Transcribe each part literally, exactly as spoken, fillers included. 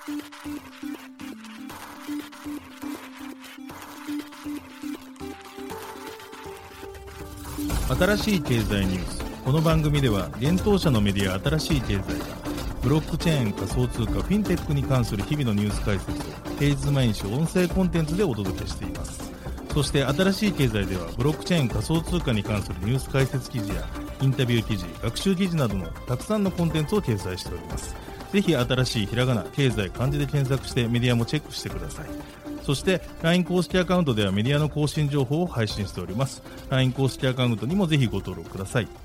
新しい経済ニュース。この番組では現当社のメディア新しい経済がブロックチェーン、仮想通貨、フィンテックに関する日々のニュース解説を平日毎日音声コンテンツでお届けしています。そして新しい経済ではブロックチェーン、仮想通貨に関するニュース解説記事やインタビュー記事、学習記事などのたくさんのコンテンツを掲載しております。ぜひ新しいひらがな、経済、漢字で検索してメディアもチェックしてください。そして ライン 公式アカウントではメディアの更新情報を配信しております。 ライン 公式アカウントにもぜひご登録ください。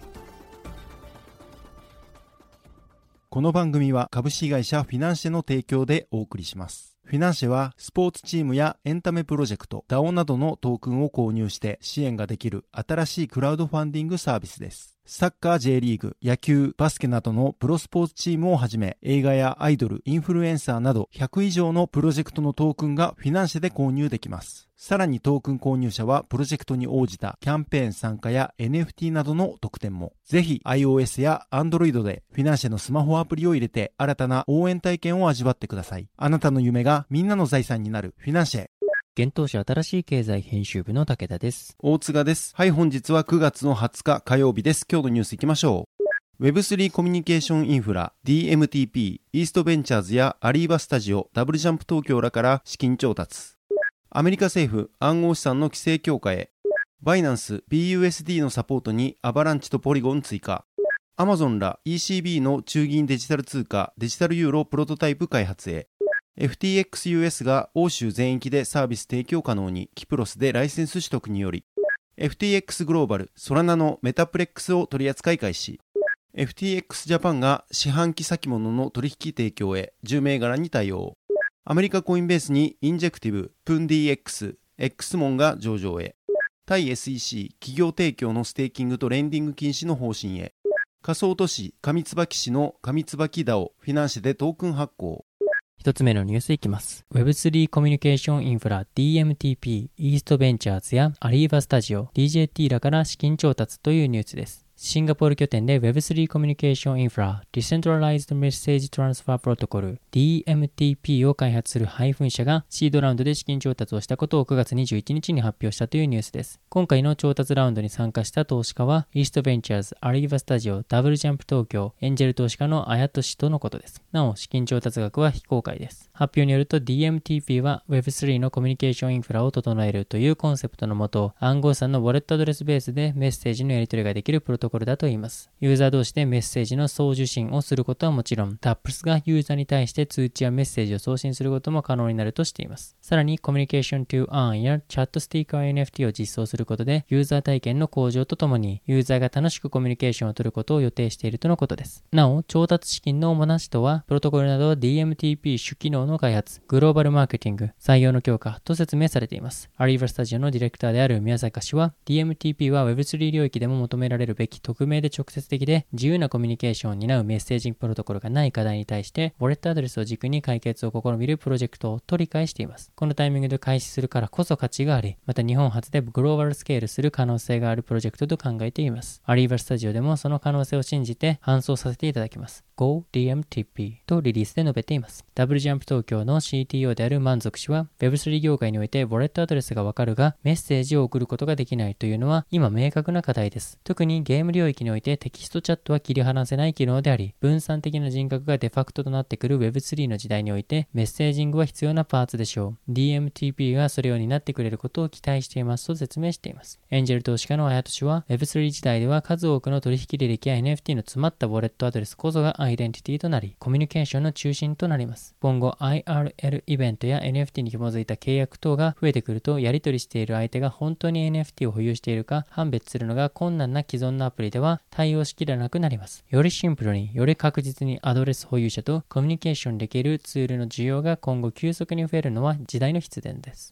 この番組は株式会社フィナンシェの提供でお送りします。フィナンシェはスポーツチームやエンタメプロジェクト、ダオ などのトークンを購入して支援ができる新しいクラウドファンディングサービスです。サッカー J リーグ、野球、バスケなどのプロスポーツチームをはじめ、映画やアイドル、インフルエンサーなどひゃく以上のプロジェクトのトークンがフィナンシェで購入できます。さらにトークン購入者はプロジェクトに応じたキャンペーン参加や エヌエフティー などの特典も。ぜひ iOS や Android でフィナンシェのスマホアプリを入れて新たな応援体験を味わってください。あなたの夢がみんなの財産になるフィナンシェ。 現当社新しい経済編集部の武田です。 大塚です。はい、本日はくがつのはつか火曜日です。今日のニュースいきましょう。ウェブスリー コミュニケーションインフラ ディーエムティーピー、イーストベンチャーズやアリーバスタジオ、ダブルジャンプ東京らから資金調達。アメリカ政府暗号資産の規制強化へ。バイナンス ビーユーエスディー のサポートにアバランチとポリゴン追加。アマゾンら イーシービー の中銀デジタル通貨デジタルユーロプロトタイプ開発へ。エフティーエックスユーエス が欧州全域でサービス提供可能に、キプロスでライセンス取得により。 エフティーエックス グローバル、ソラナのメタプレックスを取り扱い開始。 エフティーエックス ジャパンが四半期先物の取引提供へじゅう銘柄に対応。アメリカコインベースにインジェクティブ、プン ディーエックス、X モンが上場へ。対 エスイーシー 企業提供のステーキングとレンディング禁止の方針へ。仮想都市上椿市の上椿 ダオ、フィナンシェでトークン発行。 一つ目のニュースいきます。ウェブスリー コミュニケーションインフラ ディーエムティーピー、イーストベンチャーズやアリーバスタジオ、ディージェーティー らから資金調達というニュースです。シンガポール拠点で ウェブスリー コミュニケーションインフラ Decentralized Message Transfer Protocol ディーエムティーピー を開発する配分社がシードラウンドで資金調達をしたことをくがつにじゅういちにちに発表したというニュースです。今回の調達ラウンドに参加した投資家はイーストベンチャーズ、アリーバスタジオ、ダブルジャンプ東京、エンジェル投資家のあやとしとのことです。なお、資金調達額は非公開です。発表によると ディーエムティーピー は ウェブスリー のコミュニケーションインフラを整えるというコンセプトのもと、暗号資産のウォレットアドレスベースでメッセージのやり取りができるプロトコルだといいます。ユーザー同士でメッセージの送受信をすることはもちろん、タップスがユーザーに対して通知やメッセージを送信することも可能になるとしています。さらに、コミュニケーション to earn やチャットスティーカー エヌエフティー を実装することで、ユーザー体験の向上とともに、ユーザーが楽しくコミュニケーションを取ることを予定しているとのことです。なお、調達資金の主な使途は、プロトコルなど ディーエムティーピー 主機能の開発、グローバルマーケティング、採用の強化と説明されています。アリーバスタジオのディレクターである宮坂氏は、ディーエムティーピー は ウェブスリー 領域でも求められるべき匿名で直接的で自由なコミュニケーションを担うメッセージングプロトコルがない課題に対して、ウォレットアドレスを軸に解決を試みるプロジェクトと理解しています。このタイミングで開始するからこそ価値があり、また日本初でグローバルスケールする可能性があるプロジェクトと考えています。アリーバスタジオでもその可能性を信じて搬送させていただきます。Go ディーエムティーピー とリリースで述べています。ダブルジャンプ東京の シーティーオー である満足氏は、ウェブスリー 業界においてウォレットアドレスがわかるが、メッセージを送ることができないというのは今明確な課題です。特にゲーム領域においてテキストチャットは切り離せない機能であり、分散的な人格がデファクトとなってくる ウェブスリー の時代においてメッセージングは必要なパーツでしょう。ディーエムティーピー がそれを担ってくれることを期待していますと説明しています。エンジェル投資家のあやとしは、ウェブスリー 時代では数多くの取引履歴や エヌエフティー の詰まったウォレットアドレスこそがアイデンティティとなり、コミュニケーションの中心となります。今後 アイアールエル イベントや エヌエフティー に紐づいた契約等が増えてくると、やり取りしている相手が本当に エヌエフティー を保有しているか判別するのが困難な既存のアプリでは対応しきれなくなります。よりシンプルに、より確実にアドレス保有者とコミュニケーションできるツールの需要が今後急速に増えるのは時代の必然です。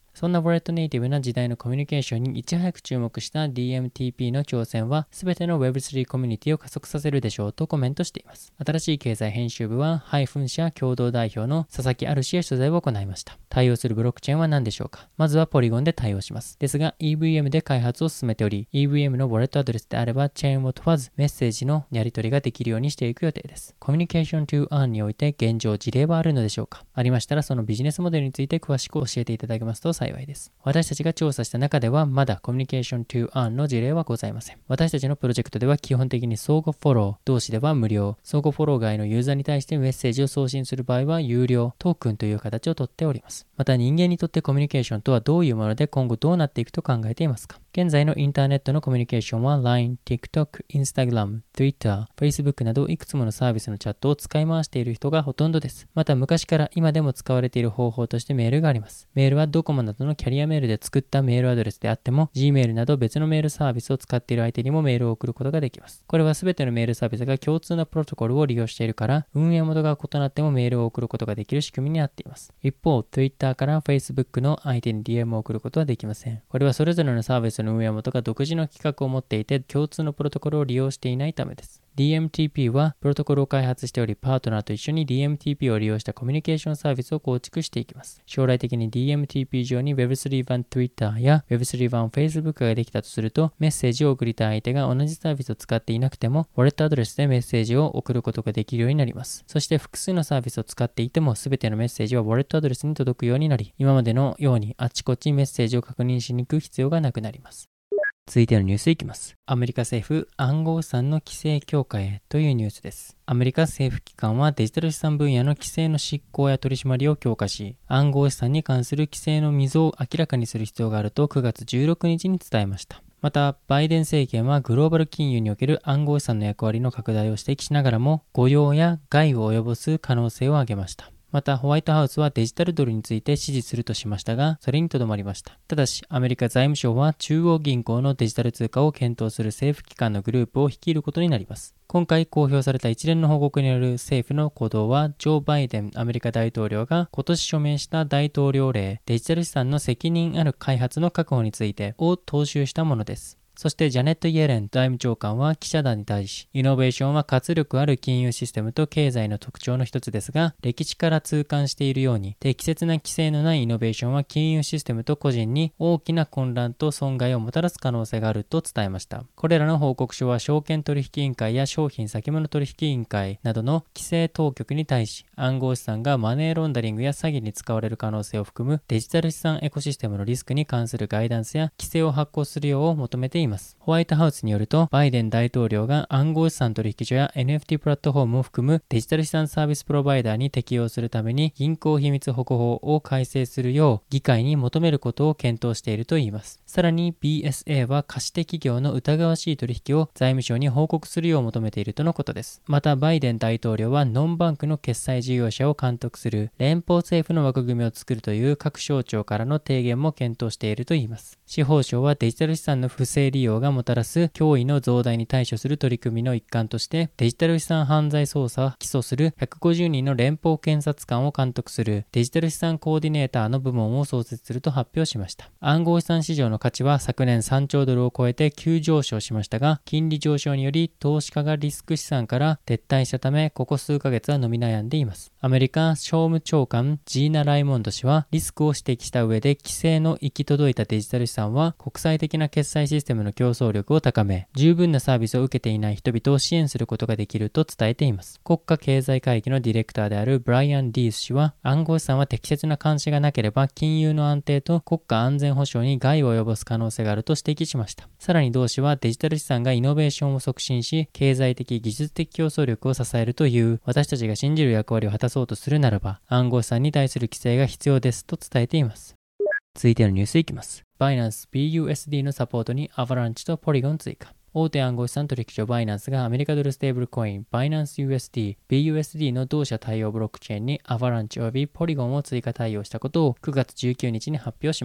そんなウォレットネイティブな時代のコミュニケーションにいち早く注目した ディーエムティーピー の挑戦は全ての ウェブスリー コミュニティを加速させるでしょうとコメントしています。新しい経済編集部はハイフン社共同代表の佐々木ある氏へ取材を行いました。対応するブロックチェーンは何でしょうか。まずはポリゴンで対応します。ですが イーブイエム で開発を進めており、 イーブイエム のウォレットアドレスであればチェーンを問わずメッセージのやり取りができるようにしていく予定です。コミュニケーション to earn において現状事例はあるのでしょうか。ありましたらそのビジネスモデルについて詳しく教えていただけますと幸いです。私たちが調査した中ではまだコミュニケーション to earn の事例はございません。私たちのプロジェクトでは基本的に相互フォロー、同士では無料、相互フォロー外のユーザーに対してメッセージを送信する場合は有料、トークンという形をとっております。また人間にとってコミュニケーションとはどういうもので今後どうなっていくと考えていますか。現在のインターネットのコミュニケーションは ライン、TikTok、Instagram、Twitter、Facebook などいくつものサービスのチャットを使い回している人がほとんどです。また昔から今でも使われている方法としてメールがあります。メールはドコモなどのキャリアメールで作ったメールアドレスであっても Gmail など別のメールサービスを使っている相手にもメールを送ることができます。これは全てのメールサービスが共通のプロトコルを利用しているから運営元が異なってもメールを送ることができる仕組みになっています。一方 Twitter から Facebook の相手に ディーエム を送ることはできません。これはそれぞれのサービスの運営元が独自の規格を持っていて共通のプロトコルを利用していないためです。ディーエムティーピー はプロトコルを開発しており、パートナーと一緒に ディーエムティーピー を利用したコミュニケーションサービスを構築していきます。将来的に ディーエムティーピー 上に ウェブスリー 版 Twitter や ウェブスリー 版 Facebook ができたとすると、メッセージを送りたい相手が同じサービスを使っていなくても、ウォレットアドレスでメッセージを送ることができるようになります。そして複数のサービスを使っていても、すべてのメッセージはウォレットアドレスに届くようになり、今までのようにあちこちメッセージを確認しに行く必要がなくなります。続いてのニュースいきます。アメリカ政府暗号資産の規制強化へというニュースです。アメリカ政府機関はデジタル資産分野の規制の執行や取り締まりを強化し、暗号資産に関する規制の溝を明らかにする必要があるとくがつじゅうろくにちに伝えました。また、バイデン政権はグローバル金融における暗号資産の役割の拡大を指摘しながらも、誤用や害を及ぼす可能性を挙げました。また、ホワイトハウスはデジタルドルについて支持するとしましたが、それにとどまりました。ただし、アメリカ財務省は中央銀行のデジタル通貨を検討する政府機関のグループを率いることになります。今回公表された一連の報告による政府の行動は、ジョー・バイデンアメリカ大統領が今年署名した大統領令、デジタル資産の責任ある開発の確保についてを踏襲したものです。そしてジャネット・イエレン財務長官は記者団に対し、イノベーションは活力ある金融システムと経済の特徴の一つですが、歴史から痛感しているように、適切な規制のないイノベーションは金融システムと個人に大きな混乱と損害をもたらす可能性があると伝えました。これらの報告書は証券取引委員会や商品先物取引委員会などの規制当局に対し、暗号資産がマネーロンダリングや詐欺に使われる可能性を含むデジタル資産エコシステムのリスクに関するガイダンスや規制を発行するよう求めています。ホワイトハウスによると、バイデン大統領が暗号資産取引所や エヌエフティー プラットフォームを含むデジタル資産サービスプロバイダーに適用するために銀行秘密保護法を改正するよう議会に求めることを検討しているといいます。さらに ビーエスエー は貸手企業の疑わしい取引を財務省に報告するよう求めているとのことです。またバイデン大統領はノンバンクの決済事業者を監督する連邦政府の枠組みを作るという各省庁からの提言も検討しているといいます。司法省はデジタル資産の不正利用がもたらす脅威の増大に対処する取り組みの一環としてデジタル資産犯罪捜査を起訴するひゃくごじゅうにんの連邦検察官を監督するデジタル資産コーディネーターの部門を創設すると発表しました。暗号資産市場の価値は昨年さんちょうドルを超えて急上昇しましたが、金利上昇により投資家がリスク資産から撤退したため、ここ数ヶ月は伸び悩んでいます。アメリカ商務長官ジーナ・ライモンド氏はリスクを指摘した上で、規制の行き届いたデジタル資産は国際的な決済システムの競争力を高め、十分なサービスを受けていない人々を支援することができると伝えています。国家経済会議のディレクターであるブライアン・ディース氏は、暗号資産は適切な監視がなければ金融の安定と国家安全保障に害を及ぼす可能性があると指摘しました。さらに同氏は、デジタル資産がイノベーションを促進し、経済的技術的競争力を支えるという私たちが信じる役割を果たそうとするならば、暗号資産に対する規制が必要ですと伝えています。続いてのニュースいきます。バイナンス ビーユーエスディー のサポートにアバランチとポリゴン追加。大手暗号資産取引所バイナンスがアメリカドルステーブルコインバイナンス ユーエスディー、ビーユーエスディー の同社対応ブロックチェーンにアバランチおよびポリゴンを追加対応したことをくがつじゅうくにちに発表しました。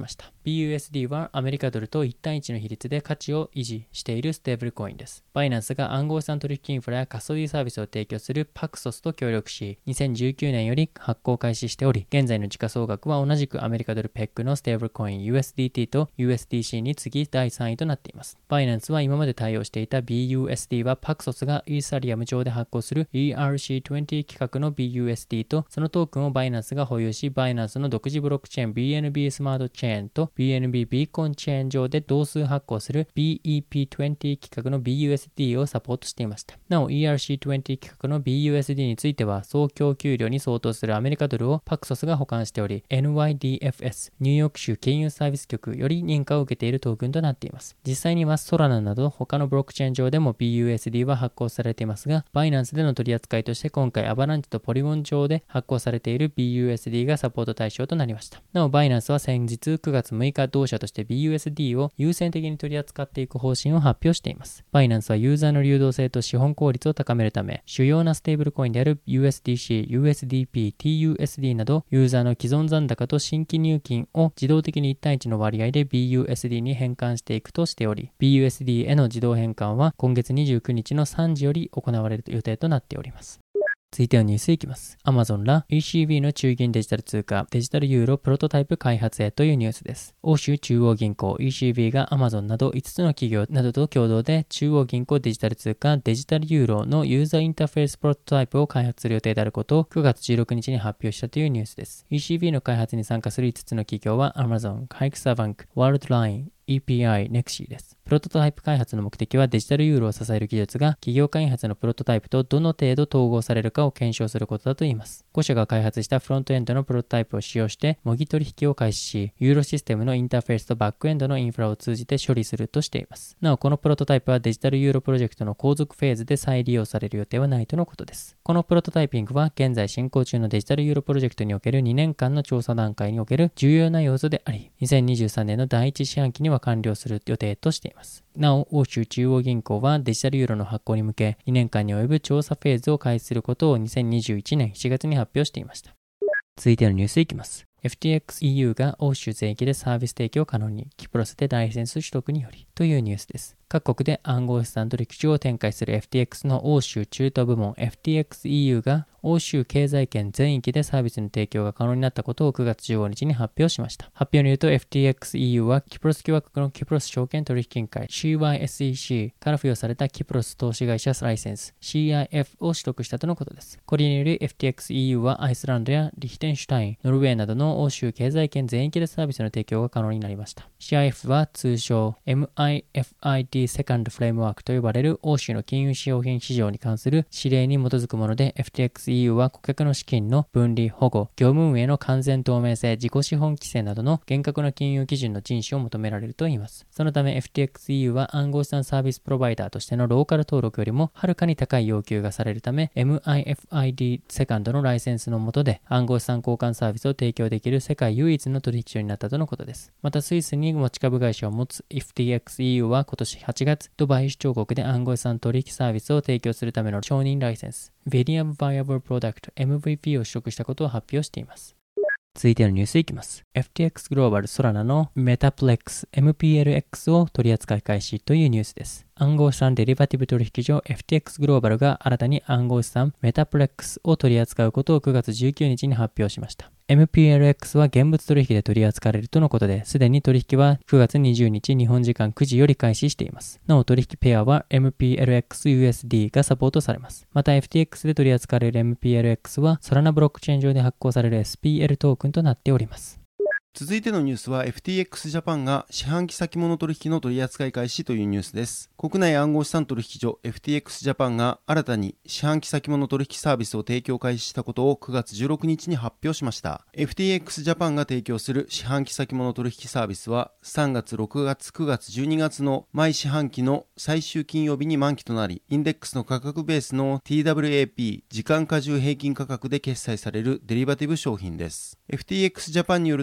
ビーユーエスディー はアメリカドルといち対いちの比率で価値を維持しているステーブルコインです。バイナンスが暗号資産取引インフラやカストディサービスを提供するパクソスと協力し、にせんじゅうきゅうねんより発行開始しており、現在の時価総額は同じくアメリカドルペックのステーブルコイン ユーエスディーティー と ユーエスディーシー に次だいさんいとなっています。バイナンスは今まで対応していた ビーユーエスディー はパクソスがイーサリアム上で発行する イーアールシーにじゅう 規格の ビーユーエスディー とそのトークンをバイナンスが保有し、バイナンスの独自ブロックチェーン ビーエヌビー スマートチェーンと ビーエヌビー ビーコンチェーン上で同数発行する ビーイーピーにじゅう 規格の ビーユーエスディー をサポートしていました。なお イーアールシーにじゅう 規格の ビーユーエスディー については総供給量に相当するアメリカドルをパクソスが保管しており、 エヌワイディーエフエス ニューヨーク州金融サービス局より認可を受けているトークンとなっています。実際にはソラナなど他のブロックチェーン上でも ビーユーエスディー は発行されていますが、バイナンスでの取り扱いとして今回アバランチとポリゴン上で発行されている ビーユーエスディー がサポート対象となりました。なおバイナンスは先日くがつむいか同社として ビーユーエスディー を優先的に取り扱っていく方針を発表しています。バイナンスはユーザーの流動性と資本効率を高めるため、主要なステーブルコインである ユーエスディーシー、ユーエスディーピー、ティーユーエスディー などユーザーの既存残高と新規入金を自動的にいち対いちの割合で ビーユーエスディー に変換していくとしており、 ビーユーエスディー への自動変換は今月にじゅうくにちのさんじより行われる予定となっております。続いてのニュースいきます。Amazon ら イーシービー の中銀デジタル通貨デジタルユーロプロトタイプ開発へというニュースです。欧州中央銀行 イーシービー が Amazon などいつつの企業などと共同で中央銀行デジタル通貨デジタルユーロのユーザーインターフェースプロトタイプを開発する予定であることをくがつじゅうろくにちに発表したというニュースです。イーシービー の開発に参加するいつつの企業は Amazon、ハイクサバンク、ワールドライン、イーピーアイ、ネクシー です。プロトタイプ開発の目的はデジタルユーロを支える技術が企業開発のプロトタイプとどの程度統合されるかを検証することだといいます。ご社が開発したフロントエンドのプロトタイプを使用して模擬取引を開始し、ユーロシステムのインターフェースとバックエンドのインフラを通じて処理するとしています。なお、このプロトタイプはデジタルユーロプロジェクトの後続フェーズで再利用される予定はないとのことです。このプロトタイピングは現在進行中のデジタルユーロプロジェクトにおけるにねんかんの調査段階における重要な要素であり、にせんにじゅうさんねんのだいいち四半期には完了する予定としています。なお、欧州中央銀行はデジタルユーロの発行に向けにねんかんに及ぶ調査フェーズを開始することをにせんにじゅういちねんしちがつに発表していました。続いてのニュースいきます。エフティーエックスイーユー が欧州全域でサービス提供可能に、キプロスでライセンス取得によりというニュースです。各国で暗号資産取引所を展開する エフティーエックス の欧州中東部門 エフティーエックスイーユー が欧州経済圏全域でサービスの提供が可能になったことをくがつじゅうごにちに発表しました。発表によると エフティーエックスイーユー はキプロス共和国のキプロス証券取引委員会 シーワイエスイーシー から付与されたキプロス投資会社ライセンス シーアイエフ を取得したとのことです。これにより エフティーエックスイーユー はアイスランドやリヒテンシュタイン、ノルウェーなどの欧州経済圏全域でサービスの提供が可能になりました。シーアイエフ は通称 エムアイエフアイディー セカンドフレームワークと呼ばれる欧州の金融使用品市場に関する指令に基づくもので、 エフティーエックスイーユー は顧客の資金の分離、保護、業務運営の完全透明性、自己資本規制などの厳格な金融基準の遵守を求められるといいます。そのため エフティーエックスイーユー は暗号資産サービスプロバイダーとしてのローカル登録よりもはるかに高い要求がされるため、 エムアイエフアイディー セカンドのライセンスの下で暗号資産交換サービスを提供できる世界唯一の取引所になったとのことです。またスイスに持ち株会社を持つ エフティーエックスイーユー は今年はちがつ、ドバイ首長国で暗号資産取引サービスを提供するための承認ライセンス Medium Viable Product エムブイピー を取得したことを発表しています。続いてのニュースいきます。エフティーエックス グローバルソラナの Metaplex エムピーエルエックス を取り扱い開始というニュースです。暗号資産デリバティブ取引所 エフティーエックス グローバルが新たに暗号資産 Metaplex を取り扱うことをくがつじゅうくにちに発表しました。エムピーエルエックス は現物取引で取り扱われるとのことで、すでに取引はくがつにじゅうにち日本時間くじより開始しています。なお取引ペアは エムピーエルエックスユーエスディー がサポートされます。また エフティーエックス で取り扱われる エムピーエルエックス はソラナブロックチェーン上で発行される エスピーエル トークンとなっております。 続いてのニュースは エフティーエックス ジャパンが四半期先物取引の取り扱い開始というニュースです。国内暗号資産取引所 エフティーエックス ジャパンが新たに四半期先物取引サービスを提供開始したことをくがつじゅうろくにちに発表しました。エフティーエックス ジャパンが提供する四半期先物取引サービスはさんがつ、ろくがつ、くがつ、じゅうにがつの毎四半期の最終金曜日に満期となり、インデックスの価格ベースの ティーダブリューエーピー 時間荷重平均価格で決済されるデリバティブ商品です。エフティーエックス ジャパンによると、同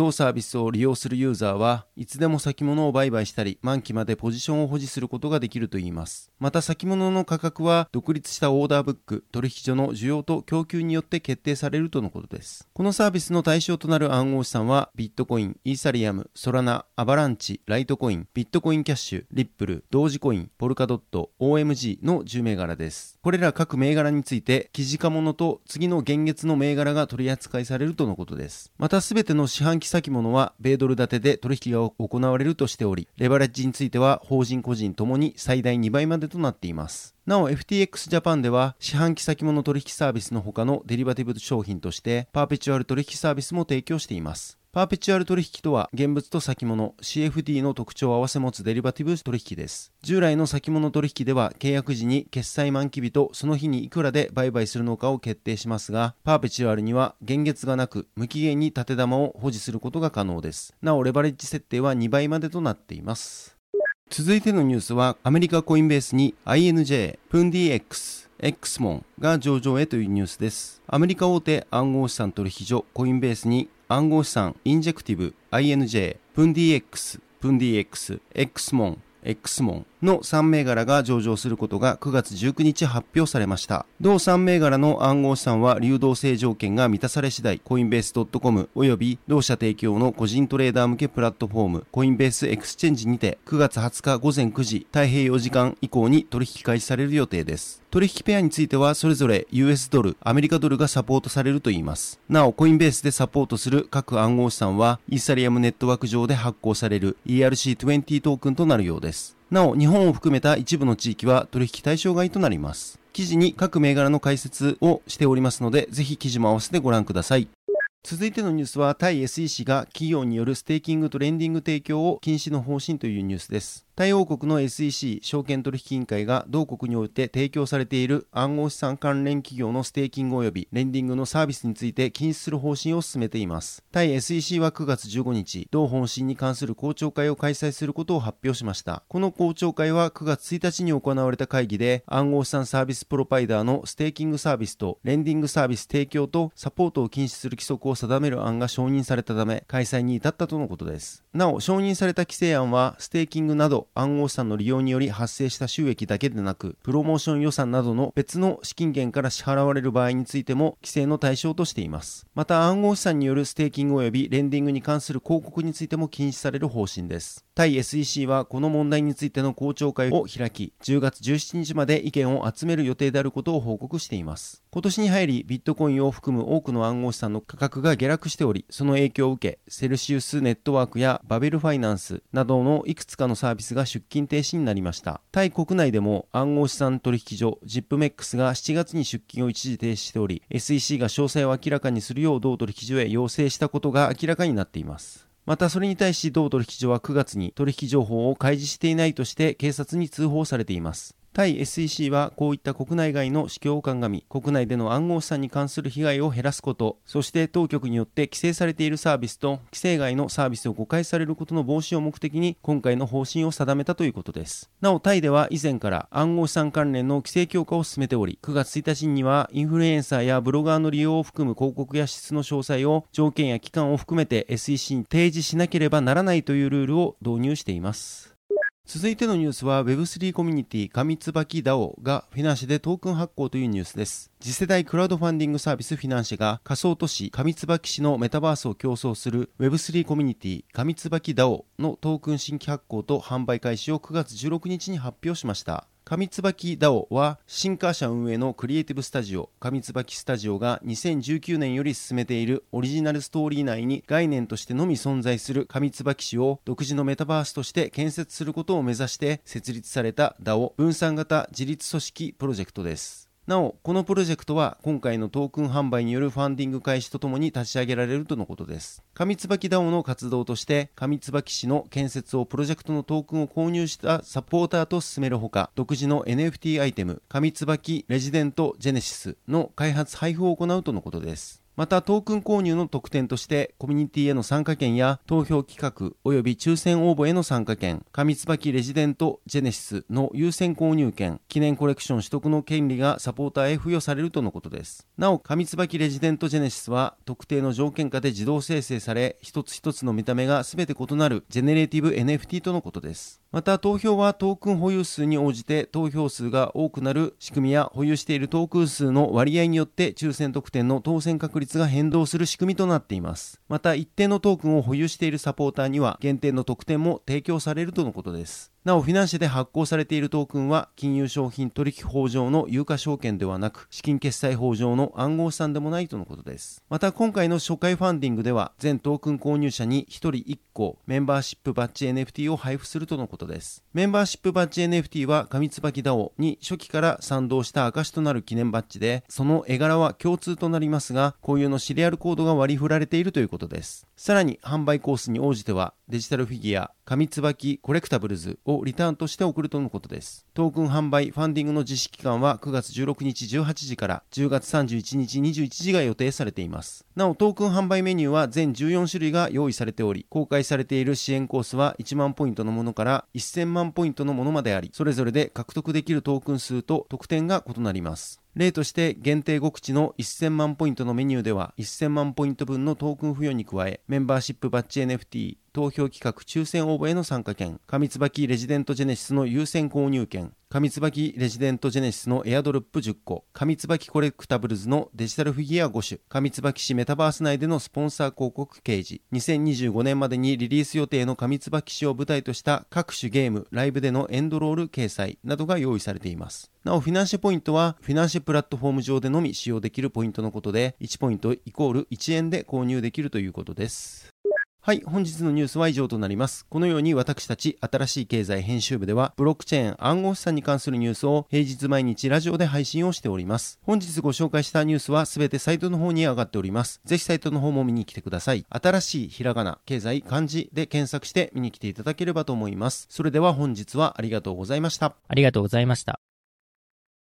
同サービスを利用するユーザーはいつでも先物を売買したり、満期までポジションを保持することができるといいます。また先物の価格は独立したオーダーブック、取引所の需要と供給によって決定されるとのことです。このサービスの対象となる暗号資産はビットコイン、イーサリアム、ソラナ、アバランチ、ライトコイン、ビットコインキャッシュ、リップル、ドージコイン、ポルカドット、オーエムジー のじゅう銘柄です。これら各銘柄について記事化ものと次の現月の銘柄が取り扱いされるとのことです。またすべての四半期先物は米ドル建てで取引が行われるとしており、レバレッジについては法人個人ともに最大にばいまでとなっています。なお エフティーエックス ジャパンでは四半期先物取引サービスの他のデリバティブ商品としてパーペチュアル取引サービスも提供しています。パーペチュアル取引とは現物と先物 シーエフディー の特徴を併せ持つデリバティブ取引です。従来の先物取引では契約時に決済満期日とその日にいくらで売買するのかを決定しますが、パーペチュアルには現月がなく無期限に縦玉を保持することが可能です。なおレバレッジ設定はにばいまでとなっています。続いてのニュースはアメリカコインベースに アイエヌジェー、プンディ X、X モンが上場へというニュースです。アメリカ大手暗号資産取引所コインベースに暗号資産インジェクティブ アイエヌジェー、プンディ X、プンディ X、X モン、X モンのさん銘柄が上場することがくがつじゅうくにち発表されました。同さん銘柄の暗号資産は流動性条件が満たされ次第、コインベース .com および同社提供の個人トレーダー向けプラットフォームコインベースエクスチェンジにてくがつはつかごぜんくじ太平洋時間以降に取引開始される予定です。取引ペアについてはそれぞれ ユーエス ドル、アメリカドルがサポートされるといいます。なおコインベースでサポートする各暗号資産はイーサリアムネットワーク上で発行される イーアールシーにじゅう トークンとなるようです。なお日本を含めた一部の地域は取引対象外となります。記事に各銘柄の解説をしておりますので、ぜひ記事も合わせてご覧ください。続いてのニュースはタイ エスイーシー が企業によるステーキングとレンディング提供を禁止の方針というニュースです。タイ王国の エスイーシー 証券取引委員会が同国において提供されている暗号資産関連企業のステーキング及びレンディングのサービスについて禁止する方針を進めています。タイ エスイーシー はくがつじゅうごにち、同方針に関する公聴会を開催することを発表しました。この公聴会はくがつついたちに行われた会議で暗号資産サービスプロバイダーのステーキングサービスとレンディングサービス提供とサポートを禁止する規則を定める案が承認されたため開催に至ったとのことです。なお承認された規制案はステーキングなど暗号資産の利用により発生した収益だけでなくプロモーション予算などの別の資金源から支払われる場合についても規制の対象としています。また暗号資産によるステーキング及びレンディングに関する広告についても禁止される方針です。タイ エスイーシー はこの問題についての公聴会を開きじゅうがつじゅうしちにちまで意見を集める予定であることを報告しています。今年に入りビットコインを含む多くの暗号資産の価格が下落しており、その影響を受けセルシウスネットワークやバベルファイナンスなどのいくつかのサービスが出勤停止になりました。タイ国内でも暗号資産取引所 ジップメックス がしちがつに出勤を一時停止しており、 エスイーシー が詳細を明らかにするよう同取引所へ要請したことが明らかになっています。またそれに対し同取引所はくがつに取引情報を開示していないとして警察に通報されています。タイ エスイーシー はこういった国内外の指標を鑑み、国内での暗号資産に関する被害を減らすこと、そして当局によって規制されているサービスと規制外のサービスを誤解されることの防止を目的に今回の方針を定めたということです。なおタイでは以前から暗号資産関連の規制強化を進めており、くがつついたちにはインフルエンサーやブロガーの利用を含む広告や支出の詳細を条件や期間を含めて エスイーシー に提示しなければならないというルールを導入しています。続いてのニュースは ウェブスリー コミュニティ上椿 ダオ がフィナンシェでトークン発行というニュースです。次世代クラウドファンディングサービスフィナンシェが仮想都市上椿市のメタバースを競争する ウェブスリー コミュニティ上椿 ダオ のトークン新規発行と販売開始をくがつじゅうろくにちに発表しました。上椿 ダオ は新華社運営のクリエイティブスタジオ上椿スタジオがにせんじゅうきゅうねんより進めているオリジナルストーリー内に概念としてのみ存在する上椿市を独自のメタバースとして建設することを目指して設立された ダオ 分散型自立組織プロジェクトです。なおこのプロジェクトは今回のトークン販売によるファンディング開始とともに立ち上げられるとのことです。上椿 ダオ の活動として上椿市の建設をプロジェクトのトークンを購入したサポーターと進めるほか、独自の エヌエフティー アイテム上椿レジデントジェネシスの開発配布を行うとのことです。 またトークン購入の特典としてコミュニティへの参加券や投票企画及び抽選応募への参加券、上椿レジデントジェネシスの優先購入券、記念コレクション取得の権利がサポーターへ付与されるとのことです。なお上椿レジデントジェネシスは特定の条件下で自動生成され、一つ一つの見た目が全て異なるジェネレーティブ エヌエフティー とのことです。また投票はトークン保有数に応じて投票数が多くなる仕組みや保有しているトークン数の割合によって抽選特典の当選確率が変動する仕組みとなっています。また一定のトークンを保有しているサポーターには限定の特典も提供されるとのことです。なおフィナンシェで発行されているトークンは金融商品取引法上の有価証券ではなく、資金決済法上の暗号資産でもないとのことです。また今回の初回ファンディングでは全トークン購入者にひとりいっこメンバーシップバッジ エヌエフティー を配布するとのことです。メンバーシップバッジ エヌエフティー は上椿ダオに初期から賛同した証となる記念バッジで、その絵柄は共通となりますが固有のシリアルコードが割り振られているということです。さらに販売コースに応じてはデジタルフィギュア上椿コレクタブルズをリターンとして送るとのことです。トークン販売ファンディングの実施期間はくがつじゅうろくにちじゅうはちじからじゅうがつさんじゅういちにちにじゅういちじが予定されています。なおトークン販売メニューは全じゅうよんしゅるいが用意されており、公開されている支援コースはいちまんポイントのものからせんまんポイントのものまであり、それぞれで獲得できるトークン数と特典が異なります。例として限定ご口のせんまんポイントのメニューではせんまんポイント分のトークン付与に加え、メンバーシップバッジ エヌエフティー、投票企画抽選応募への参加券、上椿レジデントジェネシスの優先購入券、上椿レジデントジェネシスのエアドロップじゅっこ、上椿コレクタブルズのデジタルフィギュアごしゅ、上椿市メタバース内でのスポンサー広告掲示、にせんにじゅうごねんまでにリリース予定の上椿市を舞台とした各種ゲーム、ライブでのエンドロール掲載などが用意されています。なおフィナンシェポイントはフィナンシェプラットフォーム上でのみ使用できるポイントのことで、いちポイントイコールいちえんで購入できるということです。はい、本日のニュースは以上となります。このように私たち新しい経済編集部ではブロックチェーン暗号資産に関するニュースを平日毎日ラジオで配信をしております。本日ご紹介したニュースはすべてサイトの方に上がっております。ぜひサイトの方も見に来てください。新しいひらがな、経済、漢字で検索して見に来ていただければと思います。それでは本日はありがとうございました。 ありがとうございました。